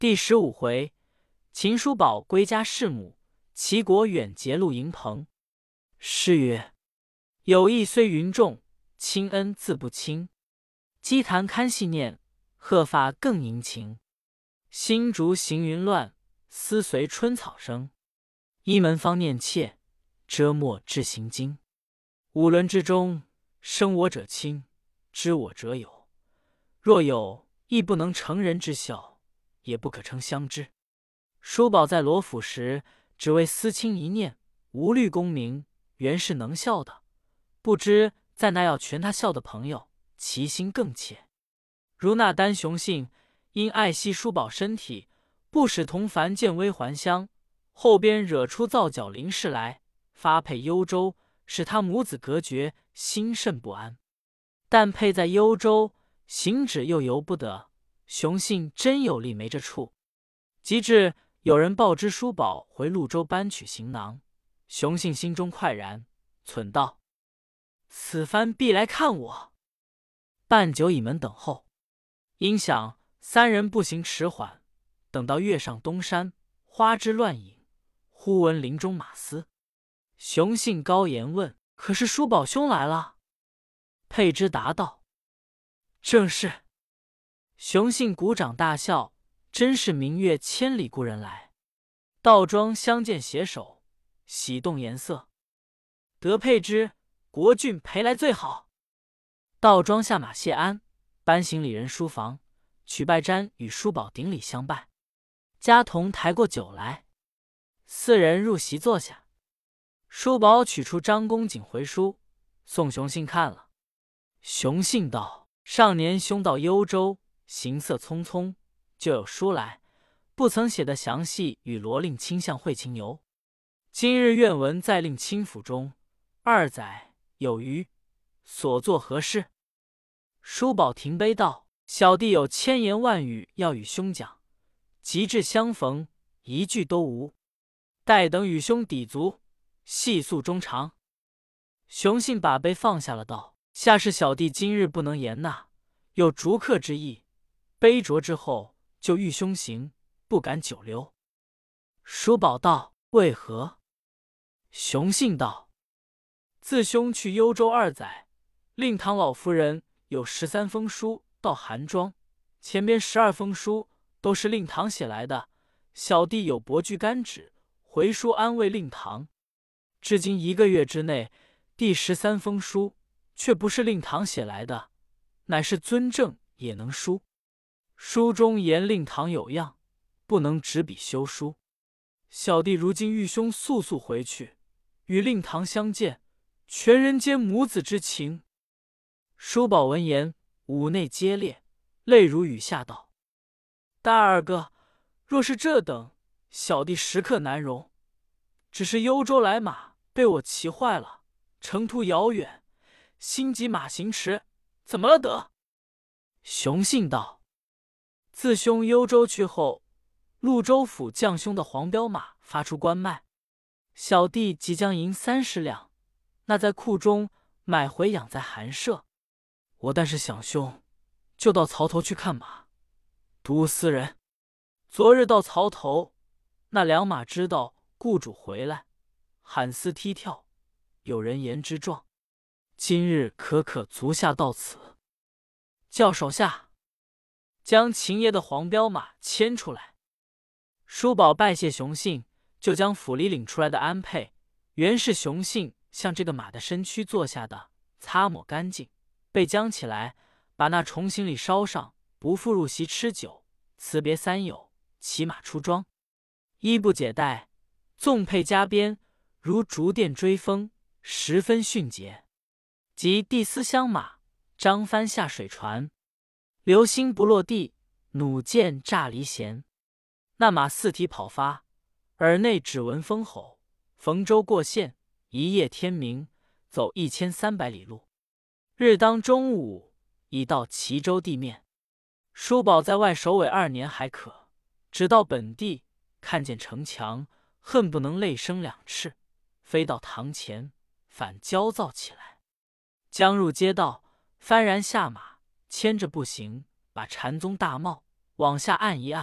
第15回，秦叔宝归家弑母，齐国远结陆迎朋。诗曰：友谊虽云重，亲恩自不轻。积坛堪细念，鹤发更凝情。新竹行云乱，丝随春草生。一门方念妾，遮没至行经。五伦之中，生我者亲，知我者友。若有，亦不能成人之孝，也不可称相知。叔宝在罗府时，只为思亲一念，无虑功名，原是能孝的。不知在那要全他孝的朋友，其心更切。如那单雄信，因爱惜叔宝身体，不使同凡见微还乡，后边惹出造脚林氏来，发配幽州，使他母子隔绝，心甚不安。但配在幽州，行止又由不得，雄信真有力没这处。及至有人报知叔宝回潞州搬取行囊，雄信心中快然，忖道：此番必来看我。半久倚门等候，因想三人步行迟缓，等到月上东山，花枝乱影，忽闻林中马嘶。雄信高言问：可是叔宝兄来了？佩芝答道：正是。雄信鼓掌大笑，真是明月千里故人来。道庄相见携手，喜动颜色。得佩芝，国郡陪来最好。道庄下马谢安，搬行李人书房，取拜瞻与叔宝顶礼相拜。家童抬过酒来，四人入席坐下。叔宝取出张公瑾回书，送雄信看了。雄信道：上年兄到幽州，行色匆匆，就有书来，不曾写得详细，与罗令卿相会情由。今日愿闻在令卿府中，2载有余，所作何事？叔宝停杯道：小弟有千言万语要与兄讲，及至相逢，一句都无，待等与兄抵足，细诉衷肠。雄信把杯放下了，道：下是小弟今日不能言纳，有逐客之意，杯酌之后就欲兄行，不敢久留。叔宝道：为何？雄信道：自兄去幽州2载，令堂老夫人有13封书到韩庄，前边12封书都是令堂写来的，小弟有薄具干纸，回书安慰令堂。至今1个月之内，第13封书却不是令堂写来的，乃是尊正也能书。书中言令堂有恙，不能执笔修书。小弟如今欲兄速速回去，与令堂相见，全人皆母子之情。叔宝闻言，五内皆裂，泪如雨下，道：大二哥，若是这等，小弟时刻难容。只是幽州来马被我骑坏了，程途遥远，心急马行迟，怎么了得？雄信道：自兄幽州去后，潞州府将兄的黄骠马发出关卖，小弟即将银30两，那在库中买回养在寒舍。我但是想兄，就到槽头去看马，独无私人。昨日到槽头，那两马知道雇主回来，喊嘶踢跳，有人言之状。今日可足下到此，叫手下将秦爷的黄骠马牵出来。叔宝拜谢雄信，就将府里领出来的鞍辔，原是雄信向这个马的身躯做下的，擦抹干净，被将起来，把那重行李捎上，不复入席吃酒，辞别三友，骑马出庄。衣不解带，纵辔加鞭，如竹电追风，十分迅捷。及第4厢马，张帆下水船，流星不落地，弩箭炸离弦。那马四蹄跑发，耳内只闻风吼，逢州过县，一夜天明，走1300里路。日当中午，已到齐州地面。叔宝在外守尾2年还可，直到本地，看见城墙，恨不能泪生2翅，飞到堂前，反焦躁起来。将入街道，幡然下马，牵着步行，把禅宗大帽往下按一按，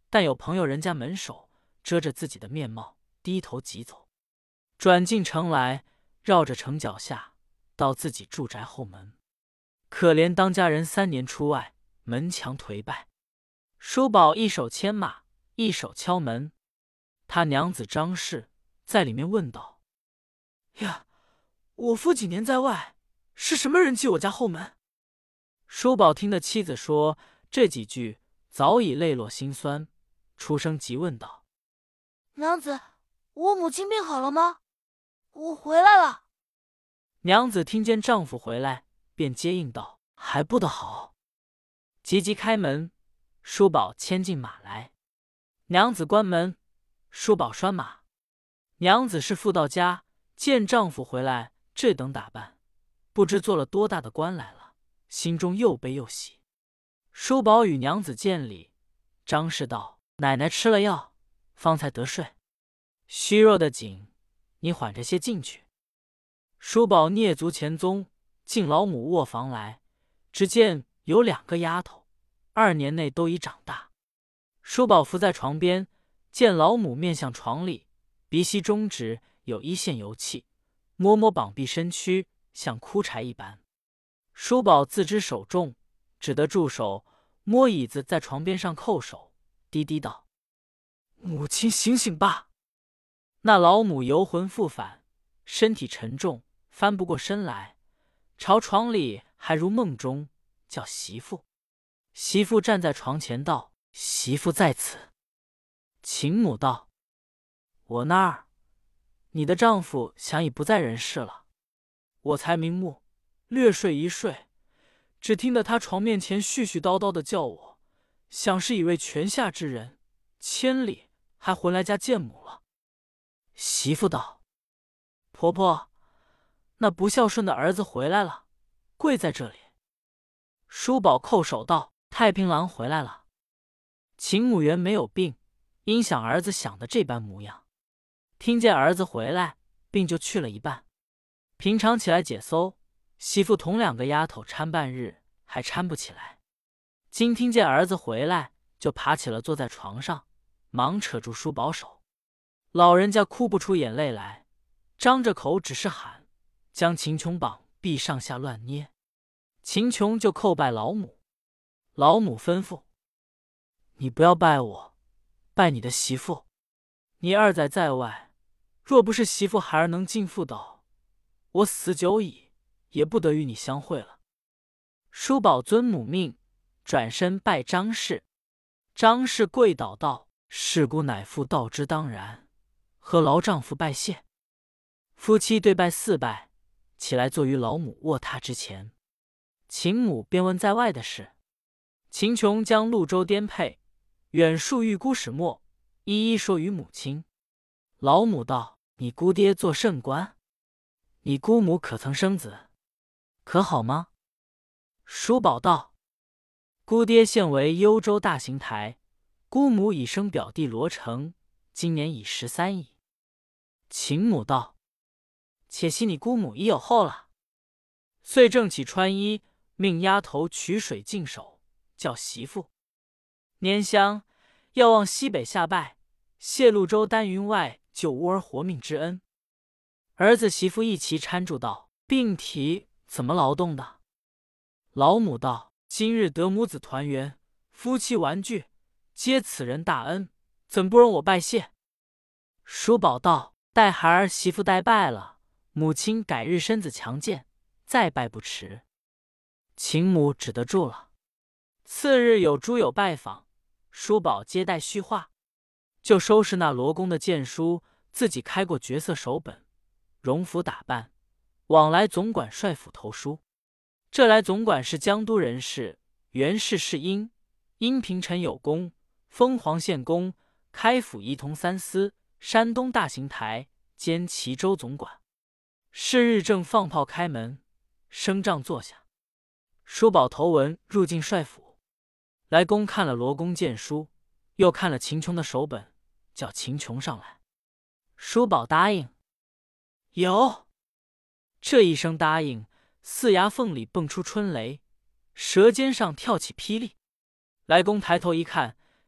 但有朋友人家门首遮着自己的面貌，低头急走。转进城来，绕着城脚下，到自己住宅后门。可怜当家人3年出外，门墙颓败。叔宝一手牵马，一手敲门。他娘子张氏在里面问道：“呀，我夫几年在外，是什么人进我家后门？”叔宝听得妻子说这几句，早已泪落心酸，出声急问道：“ 娘子，我母亲病好了吗？我回来了。” 娘子听见丈夫回来，便接应道：“还不得好。”急急开门，叔宝牵进马来。娘子关门，叔宝拴马。娘子是妇到家，见丈夫回来这等打扮，不知做了多大的官来了，心中又悲又喜。叔宝与娘子见礼，张氏道：“奶奶吃了药，方才得睡，虚弱的紧，你缓着些进去。”叔宝蹑足前踪，进老母卧房来，只见有2个丫头，2年内都已长大。叔宝伏在床边，见老母面向床里，鼻息中直有1线油气，摸摸膀臂身躯，像枯柴一般。叔宝自知手重，只得住手，摸椅子在床边上叩首，低低道：“母亲醒醒吧！”那老母游魂复返，身体沉重，翻不过身来，朝床里还如梦中，叫媳妇。媳妇站在床前道：“媳妇在此。”秦母道：“我那儿，你的丈夫想已不在人世了。我才明目，略睡一睡，只听得他床面前絮絮叨叨的叫我，想是以为泉下之人，千里还回来家见母了。”媳妇道：“婆婆，那不孝顺的儿子回来了，跪在这里。”叔宝叩首道：“太平郎回来了。”秦母原没有病，因想儿子想的这般模样，听见儿子回来，病就去了一半。平常起来解搜，媳妇同2个丫头搀半日，还搀不起来。今听见儿子回来，就爬起了，坐在床上，忙扯住叔宝手。老人家哭不出眼泪来，张着口只是喊，将秦琼膀臂上下乱捏。秦琼就叩拜老母。老母吩咐：“你不要拜我，拜你的媳妇。你2载在外，若不是媳妇孩儿能进妇道，我死久矣，也不得与你相会了。”叔宝遵母命，转身拜张氏。张氏跪倒道：“事姑乃父道之当然，何劳丈夫拜谢？”夫妻对拜4拜，起来坐于老母卧榻之前。秦母便问在外的事。秦琼将潞州颠沛、远戍预姑始末一一说与母亲。老母道：“你姑爹做甚官？你姑母可曾生子？可好吗？”叔宝道：“姑爹现为幽州大行台，姑母已生表弟罗成，今年已13矣。”秦母道：“且惜你姑母已有后了。”遂正起穿衣，命丫头取水净手，叫媳妇拈香，要往西北下拜，谢潞州丹云外救乌儿活命之恩。儿子媳妇一齐搀住道：“病体怎么劳动的？”老母道：“今日得母子团圆，夫妻玩聚，皆此人大恩，怎不容我拜谢？”叔宝道：“待孩儿媳妇待拜了，母亲改日身子强健，再拜不迟。”秦母只得住了。次日有诸友拜访，叔宝接待叙话，就收拾那罗公的荐书，自己开过角色手本，荣服打扮，往来总管帅府投书。这来总管是江都人士，原氏世英，因平陈有功，封黄县公，开府仪同3司，山东大行台兼齐州总管。是日正放炮开门，升帐坐下。叔宝头文入进帅府，来公看了罗公荐书，又看了秦琼的手本，叫秦琼上来。叔宝答应。有。这一声答应，4牙缝里蹦出春雷，舌尖上跳起霹雳。来公抬头一看，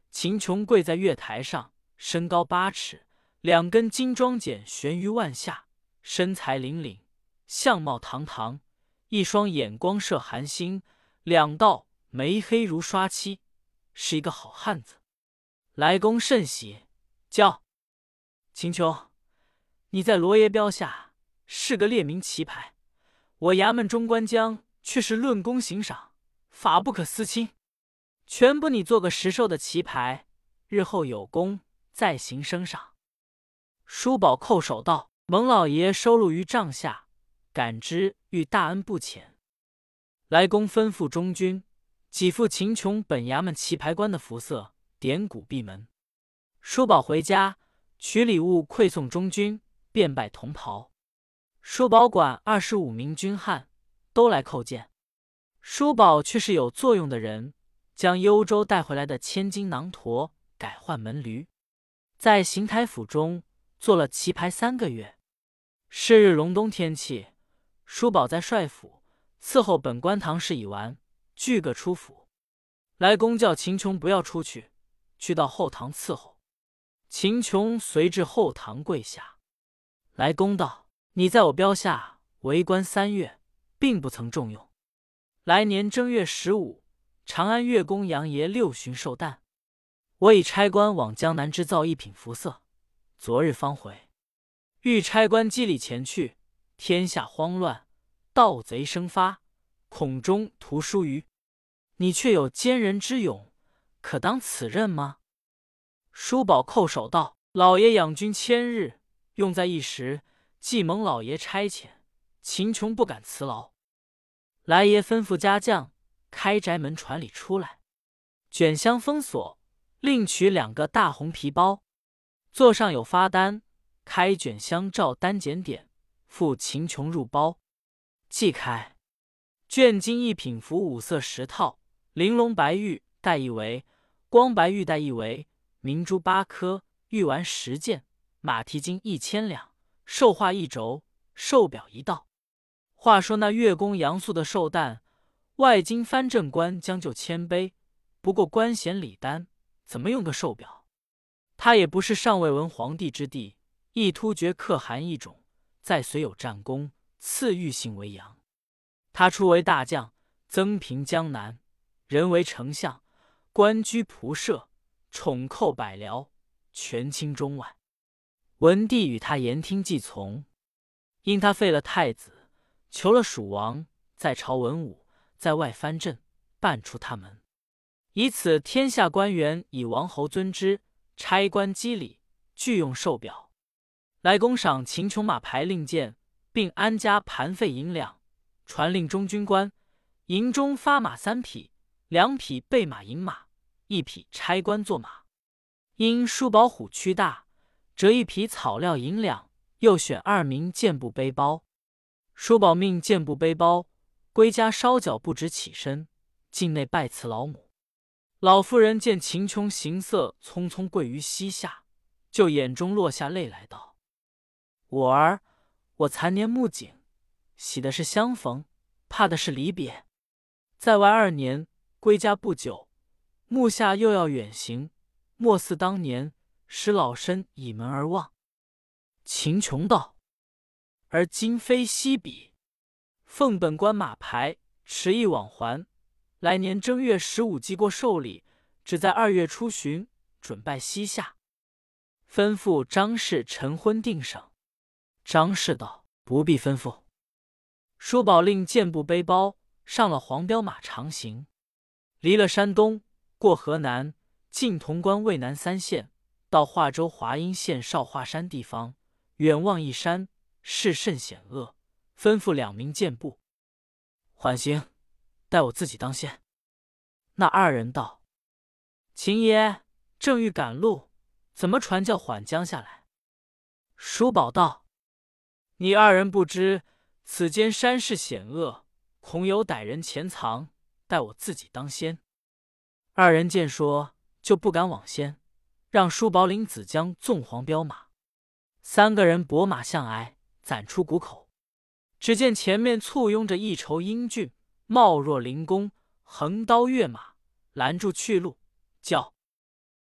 秦琼跪在月台上，身高8尺，2根金装锏悬于腕下，身材凛凛，相貌堂堂，一双眼光射寒星，2道眉黑如刷漆，是一个好汉子。来公甚喜，叫秦琼，你在罗爷标下是个列名奇牌，我衙门中官将却是论功行赏，法不可私轻，全补你做个实授的奇牌，日后有功再行升赏。叔宝叩首道：“蒙老爷收录于帐下，感知欲大恩不浅。”来公吩咐中军，给付秦琼本衙门棋牌官的服色，点鼓闭门。叔宝回家，取礼物馈送中军，便拜同袍。叔宝管25名军汉都来叩见。叔宝却是有作用的人，将幽州带回来的千金囊驼改换门驴，在邢台府中做了棋牌3个月。是日隆冬天气，叔宝在帅府伺候本官堂事已完，俱各出府。来公叫秦琼不要出去，去到后堂伺候。秦琼随至后堂跪下。来公道：“你在我标下为官3月，并不曾重用。来年正月15，长安乐公杨爷6旬寿诞，我已差官往江南织造1品服色，昨日方回。欲差官赍礼前去，天下慌乱，盗贼生发，恐中徒疏虞。你却有坚人之勇，可当此任吗？”叔宝叩首道：“老爷养军1000日，用在一时，既蒙老爷差遣，秦琼不敢辞劳。”来爷吩咐家将开宅门传礼出来，卷箱封锁，另取2个大红皮包，座上有发单，开卷箱照单检点，付秦琼入包。即开，卷金1品服5色10套，玲珑白玉带1围，光白玉带1围，明珠8颗，玉丸10件，马蹄金1000两，寿画1轴，寿表1道。话说那乐公杨素的寿诞，外经藩镇官将就谦卑，不过官衔礼单，怎么用个寿表？他也不是尚未闻皇帝之地，亦突厥可汗一种，再虽有战功，赐玉姓为杨。他初为大将，增平江南，人为丞相，官居仆射，宠寇百僚，权倾中外。文帝与他言听计从，因他废了太子，求了蜀王，在朝文武，在外藩镇，办出他们。以此天下官员以王侯尊之，差官赍礼，俱用寿表。来公赏秦琼马牌令箭，并安家盘费银两，传令中军官，营中发马3匹，2匹备马引马，1匹差官坐马。因叔宝虎躯大，折1匹草料银两，又选2名箭步背包。叔宝命箭步背包归家烧脚不止起身，境内拜辞老母。老妇人见秦琼形色匆匆跪于膝下，就眼中落下泪来道：“我儿，我残年暮景，喜的是相逢，怕的是离别。在外2年，归家不久，目下又要远行，莫似当年，使老身倚门而望。”秦琼道：“而今非昔比，奉本官马牌，迟一往还。来年正月15即过寿礼，只在2月初旬，准拜西夏。”吩咐张氏晨昏定省。张氏道：“不必吩咐。”叔宝令箭步背包上了黄骠马长行，离了山东，过河南，进潼关渭南3县，到华州华阴县少华山地方，远望一山，势甚险恶，吩咐2名箭步缓行，待我自己当先。那2人道：“秦爷正欲赶路，怎么传教缓将下来？”叔宝道：“你2人不知，此间山势险恶，恐有歹人潜藏，待我自己当先。”2人见说，就不敢往先，让叔宝领子将纵黄骠马。3个人拨马向挨，攒出谷口。只见前面簇拥着一筹英俊，貌若灵公，横刀跃马，拦住去路，叫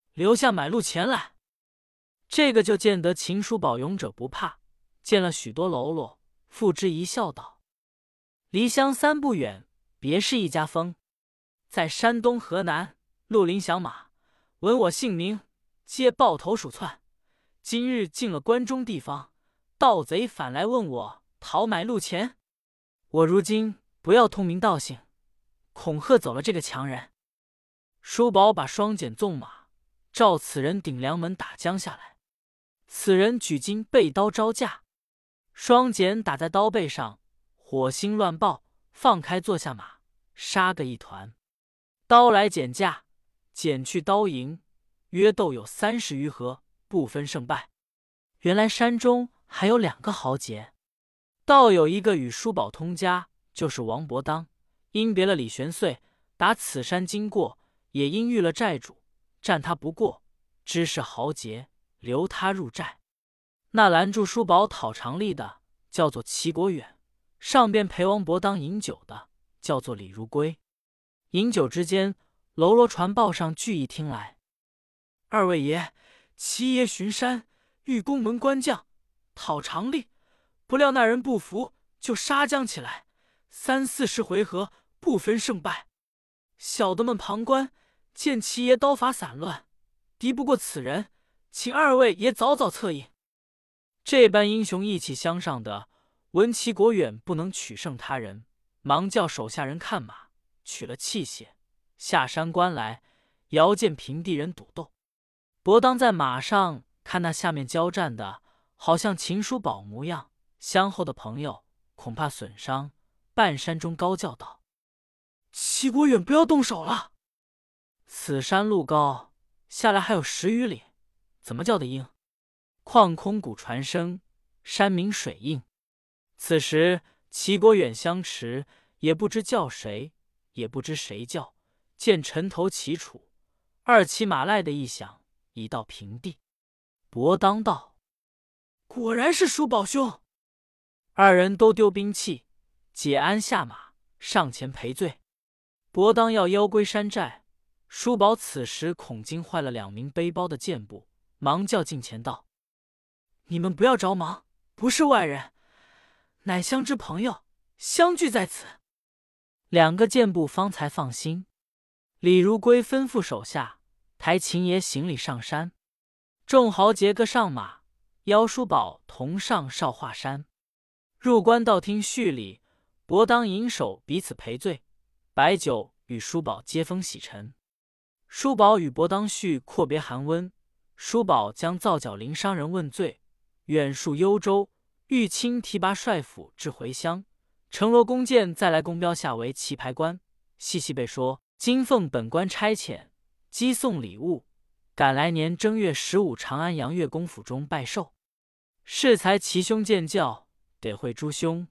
留下买路钱来。”这个就见得秦叔宝勇者不怕，见了许多喽啰，付之一笑道：“离乡3步远，别是一家风。在山东河南绿林响马，闻我姓名，皆抱头鼠窜。今日进了关中地方，盗贼反来问我讨买路钱。我如今不要通名道姓，恐吓走了这个强人。”叔宝把双锏纵马，照此人顶梁门打将下来。此人举金背刀招架，双锏打在刀背上，火星乱爆，放开坐下马，杀个一团。刀来锏架，锏去刀营，约斗有30余合，不分胜败。原来山中还有2个豪杰，倒有一个与叔宝通家，就是王伯当，因别了李玄岁，打此山经过，也因遇了寨主，战他不过，知是豪杰，留他入寨。那拦住叔宝讨常例的，叫做齐国远；上边陪王伯当饮酒的，叫做李如归。饮酒之间，喽啰传报上聚议听来：“二位爷，齐爷巡山，遇宫门官将，讨常例，不料那人不服，就杀将起来，30、40回合，不分胜败。小的们旁观，见齐爷刀法散乱，敌不过此人，请二位爷早早策应。”这般英雄义气相上的，闻齐国远不能取胜他人，忙叫手下人看马，取了器械，下山关来，遥见平地人赌斗。伯当在马上看那下面交战的，好像秦叔宝模样，相后的朋友恐怕损伤，半山中高叫道：“齐国远不要动手了！此山路高，下来还有10余里，怎么叫得应？”况空谷传声，山明水映。此时齐国远相持，也不知叫谁，也不知谁叫，见尘头齐楚，2骑马赖的一响，已到平地。伯当道：“果然是叔宝兄。”2人都丢兵器，解鞍下马，上前赔罪。伯当要腰归山寨，叔宝此时恐惊坏了2名背包的箭步，忙叫近前道：“你们不要着忙，不是外人，乃相知朋友，相聚在此。”2个箭步方才放心。李如归吩咐手下抬秦爷行李上山，众豪杰各上马，邀叔宝同上少华山。入关道听序礼，伯当引手彼此赔罪，摆酒与叔宝接风洗尘。叔宝与伯当叙阔别寒温，叔宝将皂角陵商人问罪，远戍幽州，玉清提拔帅府至回乡，城罗弓箭再来宫标下为棋牌官。细细备说，今奉本官差遣，击送礼物，赶来年正月15长安阳岳公府中拜寿。适才齐兄见教，得会诸兄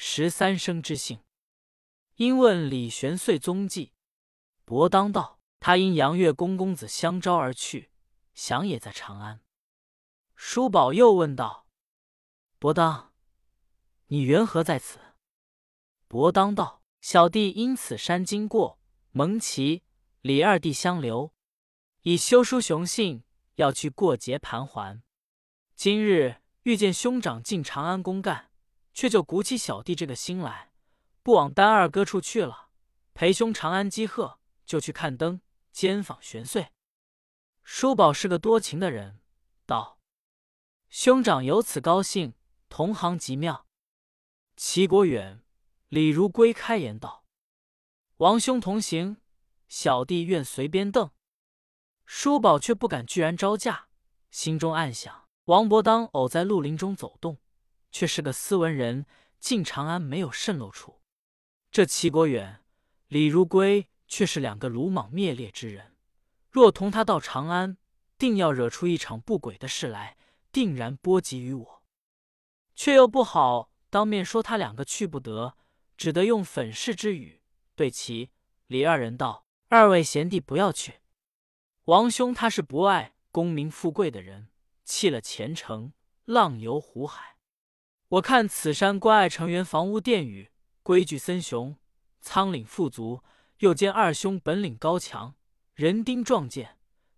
13生之幸。因问李玄岁踪迹，伯当道：“他因阳岳公公子相招而去，想也在长安。”叔宝又问道：“伯当，你缘何在此？”伯当道：“小弟因此山经过，蒙其李二弟相留，以修书雄信，要去过节盘桓。今日遇见兄长进长安公干，却就鼓起小弟这个心来，不往单二哥处去了，陪兄长安积贺，就去看灯，监访玄岁。”叔宝是个多情的人，道：“兄长有此高兴，同行极妙。”齐国远、李如归开言道：“王兄同行，小弟愿随边凳。”叔宝却不敢居然招架，心中暗想：王伯当偶在绿林中走动，却是个斯文人，进长安没有渗漏处。这齐国远、李如归却是2个鲁莽灭劣之人，若同他到长安，定要惹出一场不轨的事来，定然波及于我。却又不好当面说他2个去不得，只得用粉饰之语对齐、李2人道：“2位贤弟不要去。王兄他是不爱功名富贵的人，弃了前程，浪游湖海。我看此山关隘城垣，房屋殿宇，规矩森雄，仓廪富足，又见2兄本领高强，人丁壮健，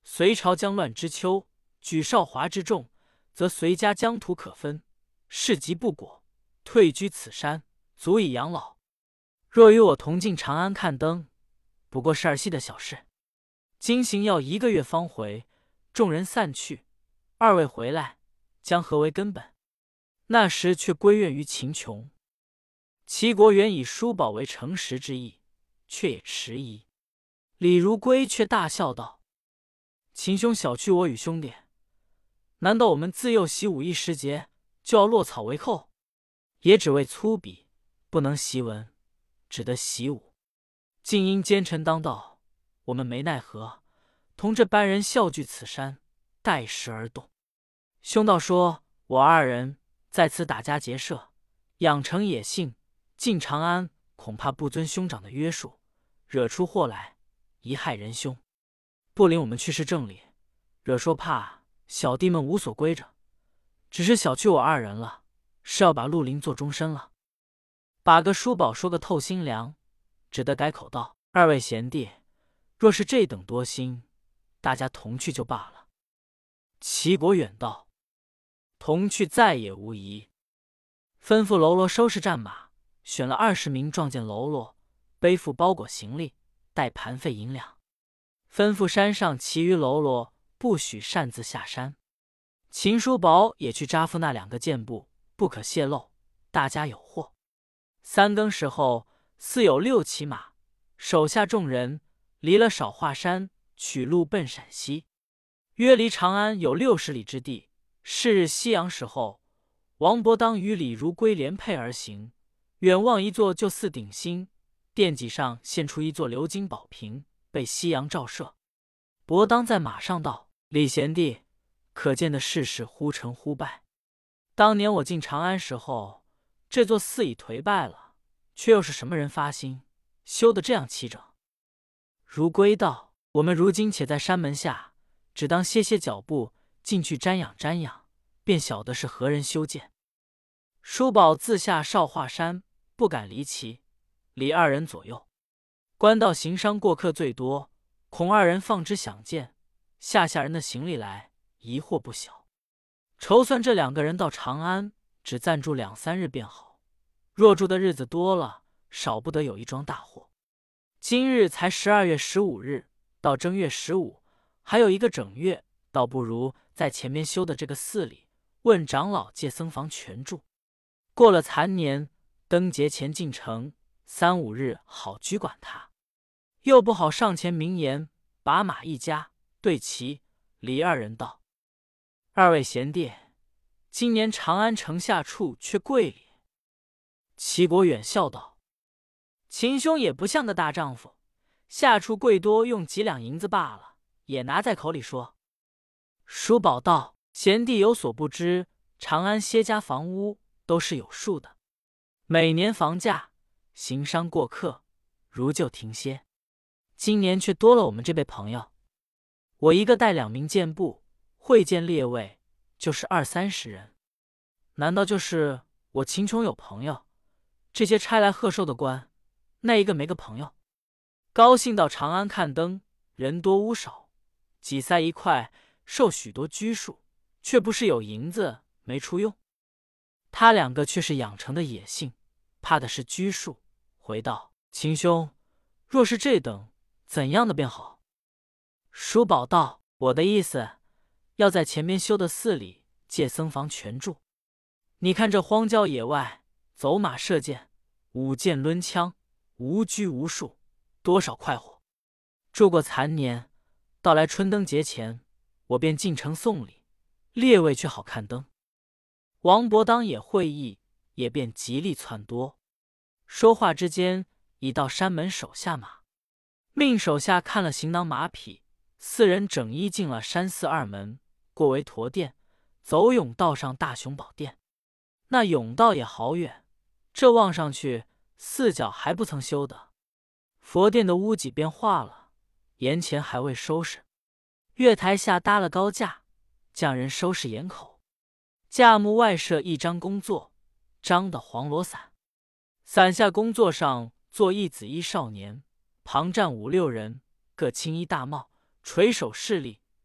隋朝将乱之秋，举少华之众，则隋家疆土可分，事及不果，退居此山，足以养老。若与我同进长安看灯，不过是儿戏的小事。今行要1个月方回，众人散去，二位回来，将何为根本？那时却归怨于秦琼。齐国原以叔宝为诚实之意，却也迟疑。李如归却大笑道：“秦兄小觑我与兄弟，难道我们自幼习武艺时节，就要落草为寇？也只为粗鄙，不能习文，只得习武。竟因奸臣当道，我们没奈何，同这般人笑聚此山，待时而动。兄道说我二人在此打家劫舍，养成野性，进长安恐怕不遵兄长的约束，惹出祸来，贻害仁兄。不领我们去事正理，惹说怕小弟们无所归着，只是小觑我二人了，是要把陆林做终身了。”把个叔宝说个透心凉，只得改口道：“二位贤弟，若是这等多心，大家同去就罢了。”齐国远道：“同去再也无疑。”吩咐喽啰收拾战马，选了20名壮健喽啰，背负包裹行李，带盘费银两。吩咐山上其余喽啰不许擅自下山。秦叔宝也去扎付那2个箭步，不可泄露，大家有祸。3更时候，似有6骑马，手下众人离了少华山，取路奔陕西，约离长安有60里之地。是日夕阳时候，王伯当与李如归连辔而行，远望一座旧寺顶新，殿脊上现出一座鎏金宝瓶，被夕阳照射。伯当在马上道：“李贤弟，可见的世事忽成忽败。当年我进长安时候，这座寺已颓败了，却又是什么人发心修得这样齐整？”如归道：“我们如今且在山门下，只当歇歇脚步，进去瞻仰瞻仰，便晓得是何人修建。”叔宝自下少华山，不敢离齐，李二人左右。官道行商过客最多，恐二人放之想见，下人的行李来，疑惑不小。筹算这2个人到长安，只暂住2、3日便好。若住的日子多了，少不得有一桩大祸。今日才12月15日，到正月15，还有1个整月，倒不如在前面修的这个寺里，问长老借僧房全住。过了残年，灯节前进城，3、5日好居管他。又不好上前明言，把马一家对齐。李二人道：“二位贤弟，今年长安城下处却贵礼。”齐国远笑道：“秦兄也不像个大丈夫，下处贵多用几两银子罢了，也拿在口里说。”叔宝道：“贤弟有所不知，长安些家房屋都是有数的，每年房价行商过客，如旧停歇。今年却多了我们这辈朋友，我一个带2名箭步，会见列位，就是20、30人。难道就是我秦琼有朋友？这些差来贺寿的官，那一个没个朋友？高兴到长安看灯，人多屋少，挤塞一块，受许多拘束，却不是有银子没处用。他2个却是养成的野性，怕的是拘束。回道：“秦兄，若是这等，怎样的便好？”叔宝道：“我的意思，要在前面修的寺里借僧房全住。你看这荒郊野外，走马射箭，舞剑抡枪，无拘无束，多少快活。住过残年，到来春灯节前，我便进城送礼，列位却好看灯。”王伯当也会意，也便极力窜多。说话之间，已到山门手下马，命手下看了行囊马匹，4人整衣进了山寺2门，过为驼殿，走甬道上大雄宝殿。那甬道也好远，这望上去4角还不曾修的。佛殿的屋脊便化了，檐前还未收拾。月台下搭了高架，匠人收拾檐口。架幕外设一张工座，张的黄罗伞，伞下工座上坐1紫衣少年，旁站5、6人，各青衣大帽，垂手侍立，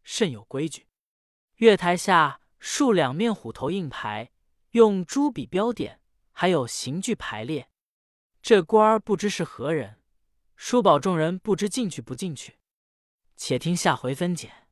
甚有规矩。月台下竖两面虎头硬牌，用朱笔标点，还有刑具排列。这官儿不知是何人，叔宝众人不知进去不进去。且听下回分解。